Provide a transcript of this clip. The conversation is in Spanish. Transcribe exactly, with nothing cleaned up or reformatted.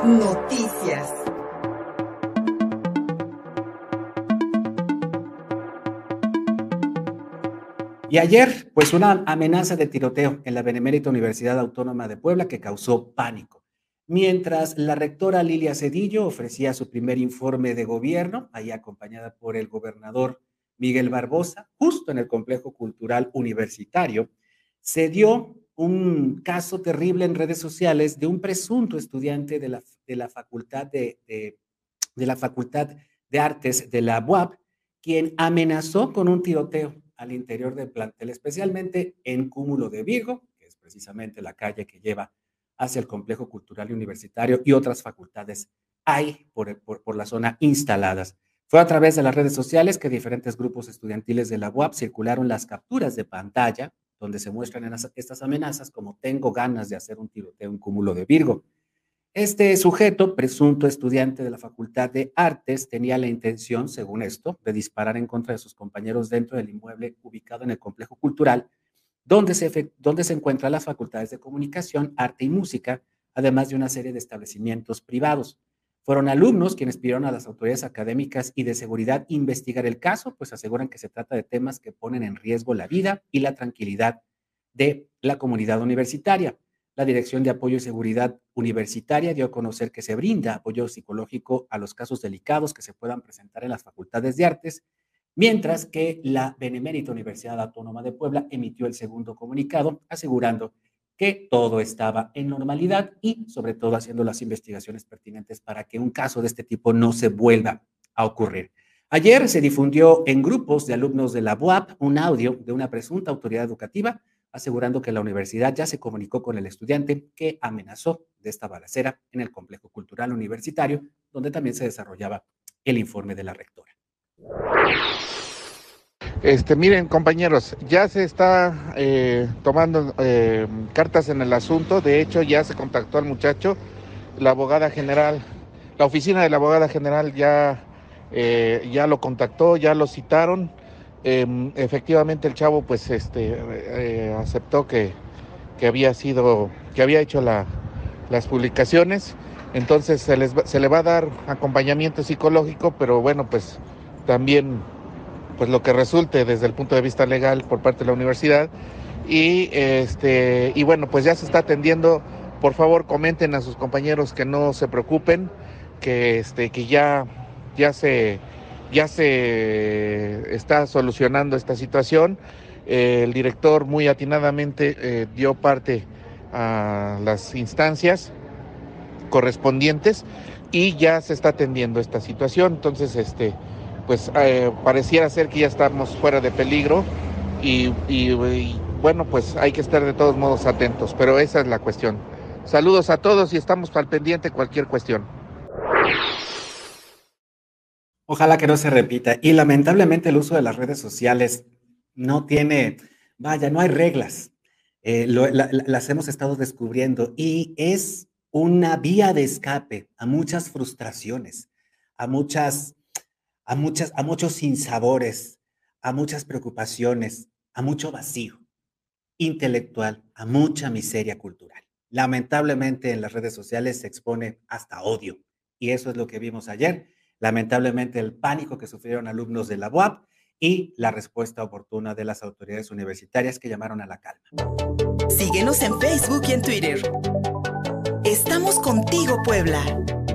Noticias. Y ayer, pues una amenaza de tiroteo en la Benemérita Universidad Autónoma de Puebla que causó pánico. Mientras la rectora Lilia Cedillo ofrecía su primer informe de gobierno, ahí acompañada por el gobernador Miguel Barbosa, justo en el complejo cultural universitario, se dio un caso terrible en redes sociales de un presunto estudiante de la, de la Facultad de, de, de la Facultad de Artes de la U A P, quien amenazó con un tiroteo al interior del plantel, especialmente en Cúmulo de Virgo, que es precisamente la calle que lleva hacia el complejo cultural y universitario, y otras facultades hay por, por, por la zona instaladas. Fue a través de las redes sociales que diferentes grupos estudiantiles de la U A P circularon las capturas de pantalla donde se muestran en estas amenazas como tengo ganas de hacer un tiroteo en Cúmulo de Virgo. Este sujeto, presunto estudiante de la Facultad de Artes, tenía la intención, según esto, de disparar en contra de sus compañeros dentro del inmueble ubicado en el complejo cultural, donde se, donde se encuentran las facultades de comunicación, arte y música, además de una serie de establecimientos privados. Fueron alumnos quienes pidieron a las autoridades académicas y de seguridad investigar el caso, pues aseguran que se trata de temas que ponen en riesgo la vida y la tranquilidad de la comunidad universitaria. La Dirección de Apoyo y Seguridad Universitaria dio a conocer que se brinda apoyo psicológico a los casos delicados que se puedan presentar en las facultades de artes, mientras que la Benemérita Universidad Autónoma de Puebla emitió el segundo comunicado asegurando que todo estaba en normalidad y sobre todo haciendo las investigaciones pertinentes para que un caso de este tipo no se vuelva a ocurrir. Ayer se difundió en grupos de alumnos de la U A P un audio de una presunta autoridad educativa asegurando que la universidad ya se comunicó con el estudiante que amenazó de esta balacera en el complejo cultural universitario, donde también se desarrollaba el informe de la rectora. Este, miren, compañeros, ya se está eh, tomando eh, cartas en el asunto. De hecho, ya se contactó al muchacho, la abogada general, la oficina de la abogada general ya, eh, ya lo contactó, ya lo citaron. Eh, efectivamente, el chavo, pues, este, eh, aceptó que, que había sido, que había hecho la, las publicaciones. Entonces, se les, se le va a dar acompañamiento psicológico, pero bueno, pues, también pues lo que resulte desde el punto de vista legal por parte de la universidad y este y bueno, pues ya se está atendiendo. Por favor, comenten a sus compañeros que no se preocupen, que este que ya ya se ya se está solucionando esta situación. Eh, el director muy atinadamente eh, dio parte a las instancias correspondientes y ya se está atendiendo esta situación. Entonces, este pues eh, pareciera ser que ya estamos fuera de peligro y, y, y bueno, pues hay que estar de todos modos atentos, pero esa es la cuestión. Saludos a todos y estamos al pendiente cualquier cuestión. Ojalá que no se repita. Y lamentablemente el uso de las redes sociales no tiene, vaya, no hay reglas. Eh, lo, la, la, las hemos estado descubriendo y es una vía de escape a muchas frustraciones, a muchas... A, muchas, a muchos sinsabores, a muchas preocupaciones, a mucho vacío intelectual, a mucha miseria cultural. Lamentablemente en las redes sociales se expone hasta odio y eso es lo que vimos ayer. Lamentablemente el pánico que sufrieron alumnos de la U A P y la respuesta oportuna de las autoridades universitarias que llamaron a la calma. Síguenos en Facebook y en Twitter. Estamos contigo, Puebla.